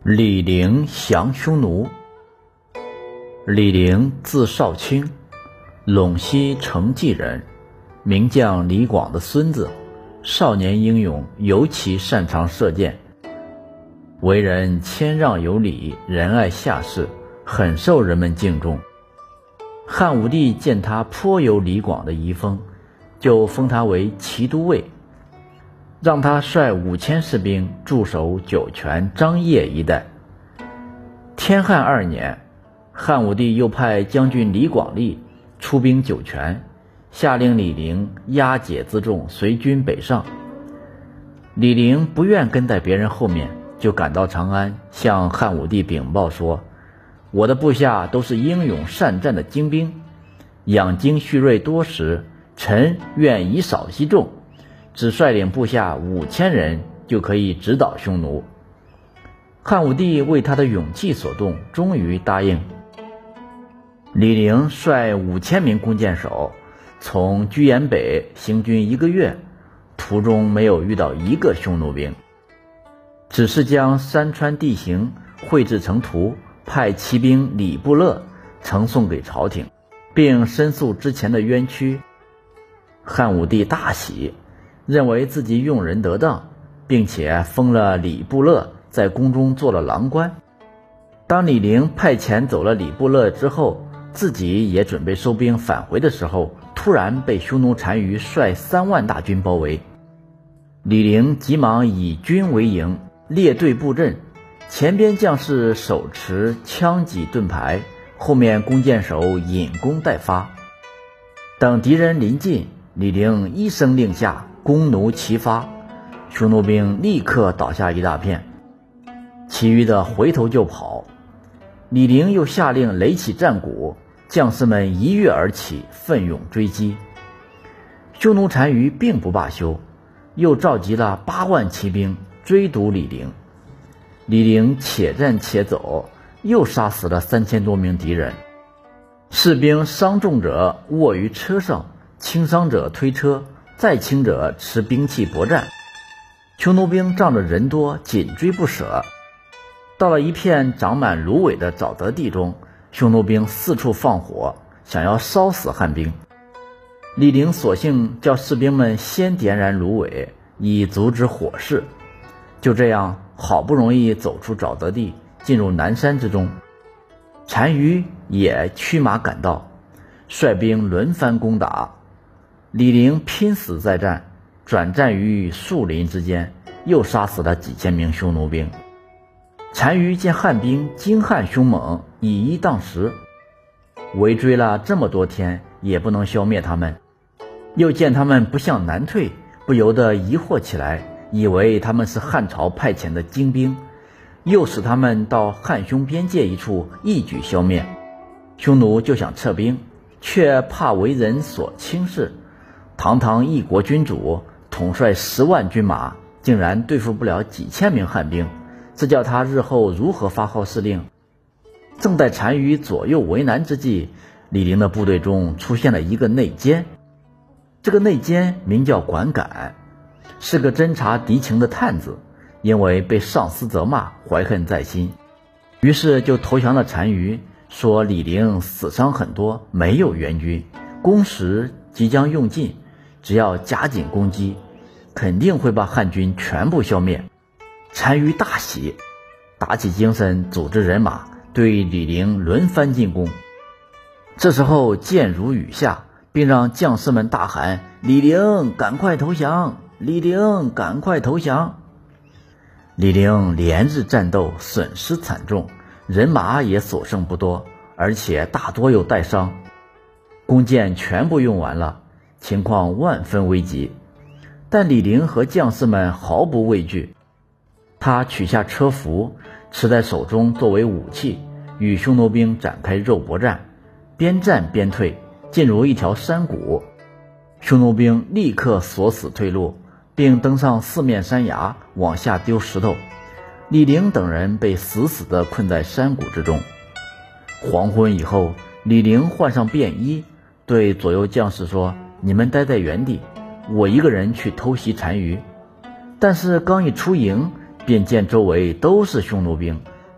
李陵降匈奴。李陵字少卿，陇西成纪人，名将李广的孙子，少年英勇，尤其擅长射箭，为人谦让有礼，仁爱下士，很受人们敬重。汉武帝见他颇有李广的遗风，就封他为骑都尉，让他率5000士兵驻守酒泉、张掖一带。天汉2年，汉武帝又派将军李广利出兵酒泉，下令李陵押解辎重，随军北上。李陵不愿跟在别人后面，就赶到长安，向汉武帝禀报说：我的部下都是英勇善战的精兵，养精蓄锐多时，臣愿以少击众，只率领部下5000人就可以直捣匈奴。汉武帝为他的勇气所动，终于答应。李陵率5000名弓箭手从居延北行军1个月，途中没有遇到一个匈奴兵，只是将山川地形绘制成图，派骑兵李布勒呈送给朝廷，并申诉之前的冤屈。汉武帝大喜，认为自己用人得当，并且封了李布勒在宫中做了郎官。当李陵派遣走了李布勒之后，自己也准备收兵返回的时候，突然被匈奴单于率3万大军包围。李陵急忙以军为营，列队布阵，前边将士手持枪戟盾牌，后面弓箭手引弓待发。等敌人临近，李陵一声令下，弓弩齐发，匈奴兵立刻倒下一大片，其余的回头就跑。李陵又下令擂起战鼓，将士们一跃而起，奋勇追击。匈奴单于并不罢休，又召集了8万骑兵追堵李陵。李陵且战且走，又杀死了3000多名敌人。士兵伤重者卧于车上，轻伤者推车，再轻者持兵器搏战。匈奴兵仗着人多，紧追不舍。到了一片长满芦苇的沼泽地中，匈奴兵四处放火，想要烧死汉兵。李陵索性叫士兵们先点燃芦苇，以阻止火势。就这样，好不容易走出沼泽地，进入南山之中。单于也驱马赶到，率兵轮番攻打。李陵拼死再战，转战于树林之间，又杀死了几千名匈奴兵。单于见汉兵精悍凶猛，以一当十，围追了这么多天也不能消灭他们，又见他们不向南退，不由得疑惑起来，以为他们是汉朝派遣的精兵，又使他们到汉匈边界一处一举消灭。匈奴就想撤兵，却怕为人所轻视，堂堂一国君主统帅10万军马，竟然对付不了几千名汉兵，这叫他日后如何发号施令？正在单于左右为难之际，李陵的部队中出现了一个内奸。这个内奸名叫管敢，是个侦察敌情的探子，因为被上司责骂，怀恨在心，于是就投降了单于，说李陵死伤很多，没有援军，攻时即将用尽，只要加紧攻击，肯定会把汉军全部消灭。单于大喜，打起精神，组织人马对李陵轮番进攻。这时候箭如雨下，并让将士们大喊：李陵赶快投降，李陵赶快投降。李陵连日战斗，损失惨重，人马也所剩不多，而且大多有带伤，弓箭全部用完了，情况万分危急。但李陵和将士们毫不畏惧，他取下车符，持在手中作为武器，与匈奴兵展开肉搏战，边战边退，进入一条山谷。匈奴兵立刻锁死退路，并登上4面山崖，往下丢石头。李陵等人被死死地困在山谷之中。黄昏以后，李陵换上便衣，对左右将士说：你们待在原地，我一个人去偷袭单于。但是刚一出营，便见周围都是匈奴兵，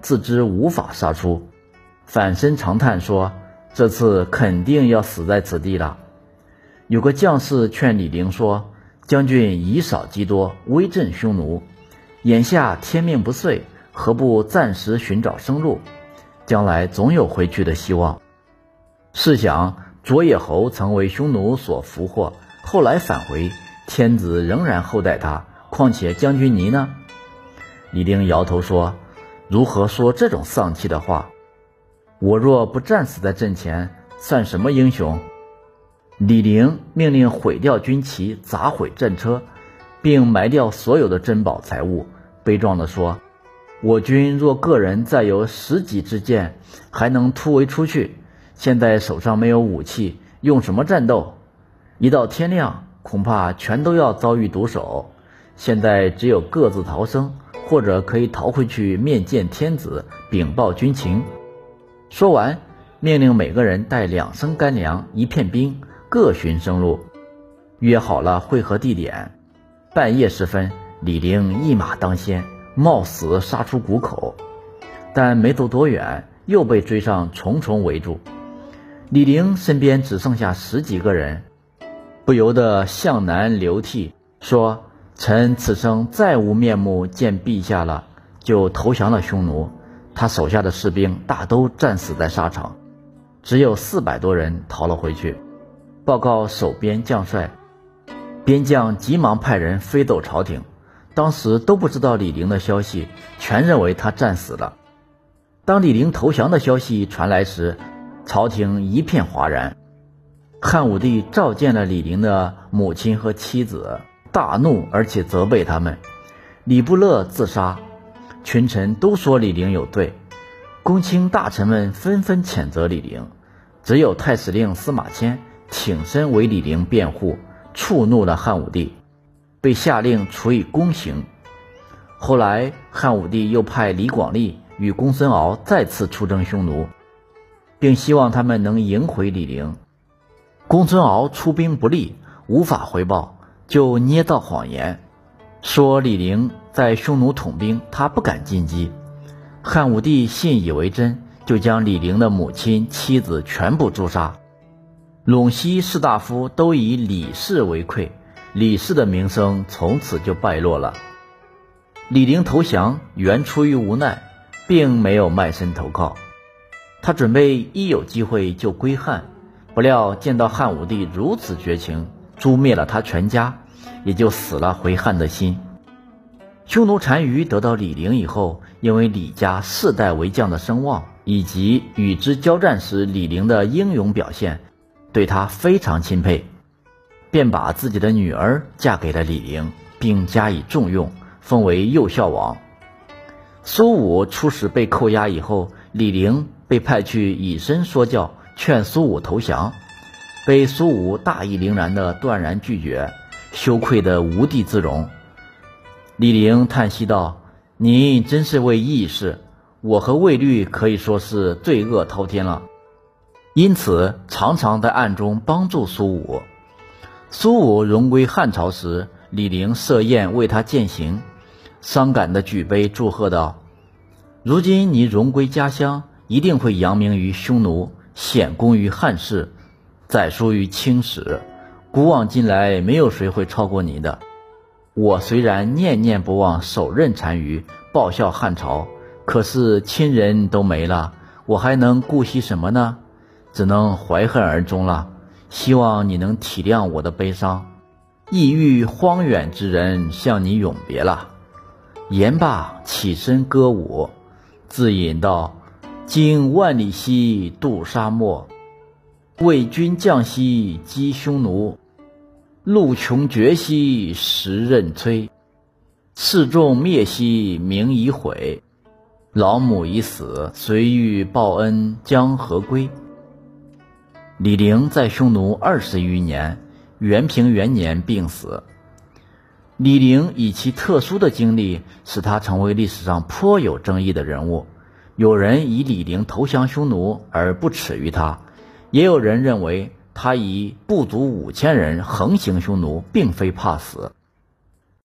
自知无法杀出，反身长叹说：“这次肯定要死在此地了。”有个将士劝李陵说：“将军以少击多，威震匈奴，眼下天命不遂，何不暂时寻找生路？将来总有回去的希望。”试想，卓野侯曾为匈奴所俘获，后来返回，天子仍然厚待他，况且将军你呢？李陵摇头说：“如何说这种丧气的话？我若不战死在阵前，算什么英雄？”李陵命令毁掉军旗，砸毁战车，并埋掉所有的珍宝财物，悲壮地说：“我军若个人再有10戟之剑，还能突围出去，现在手上没有武器，用什么战斗？一到天亮，恐怕全都要遭遇毒手。现在只有各自逃生，或者可以逃回去面见天子，禀报军情。”说完，命令每个人带2升干粮、1片冰，各寻生路。约好了会合地点。半夜时分，李陵一马当先，冒死杀出谷口，但没走多远，又被追上重重围住。李陵身边只剩下10几个人，不由得向南流涕，说：“臣此生再无面目见陛下了。”就投降了匈奴。他手下的士兵大都战死在沙场，只有400多人逃了回去，报告守边将帅。边将急忙派人飞走朝廷，当时都不知道李陵的消息，全认为他战死了。当李陵投降的消息传来时，朝廷一片哗然。汉武帝召见了李陵的母亲和妻子，大怒而且责备他们。李不勒自杀，群臣都说李陵有罪，公卿大臣们纷纷谴责李陵，只有太史令司马迁挺身为李陵辩护，触怒了汉武帝，被下令处以宫刑。后来汉武帝又派李广利与公孙敖再次出征匈奴，并希望他们能迎回李陵。公孙敖出兵不利，无法回报，就捏造谎言，说李陵在匈奴统兵，他不敢进击。汉武帝信以为真，就将李陵的母亲、妻子全部诛杀。陇西士大夫都以李氏为愧，李氏的名声从此就败落了。李陵投降原出于无奈，并没有卖身投靠，他准备一有机会就归汉，不料见到汉武帝如此绝情，诛灭了他全家，也就死了回汉的心。匈奴单于得到李陵以后，因为李家世代为将的声望，以及与之交战时李陵的英勇表现，对他非常钦佩，便把自己的女儿嫁给了李陵，并加以重用，封为右孝王。苏武出使被扣押以后，李陵被派去以身说教，劝苏武投降，被苏武大义凛然地断然拒绝，羞愧得无地自容。李陵叹息道：“你真是位义士，我和卫律可以说是罪恶滔天了。”因此常常在暗中帮助苏武。苏武荣归汉朝时，李陵设宴为他饯行，伤感地举杯祝贺道：“如今你荣归家乡，一定会扬名于匈奴，显功于汉室，载书于青史，古往今来没有谁会超过你的。我虽然念念不忘手刃单于，报效汉朝，可是亲人都没了，我还能顾惜什么呢？只能怀恨而终了。希望你能体谅我的悲伤，意欲荒远之人向你永别了。”言罢起身歌舞，自饮道：“经万里兮渡沙漠，为君将兮击匈奴。路穷绝兮时刃摧，士众灭兮名已毁。老母已死，虽欲报恩将何归？”李陵在匈奴20余年，元平元年病死。李陵以其特殊的经历，使他成为历史上颇有争议的人物。有人以李陵投降匈奴而不耻于他，也有人认为他以部族5000人横行匈奴，并非怕死。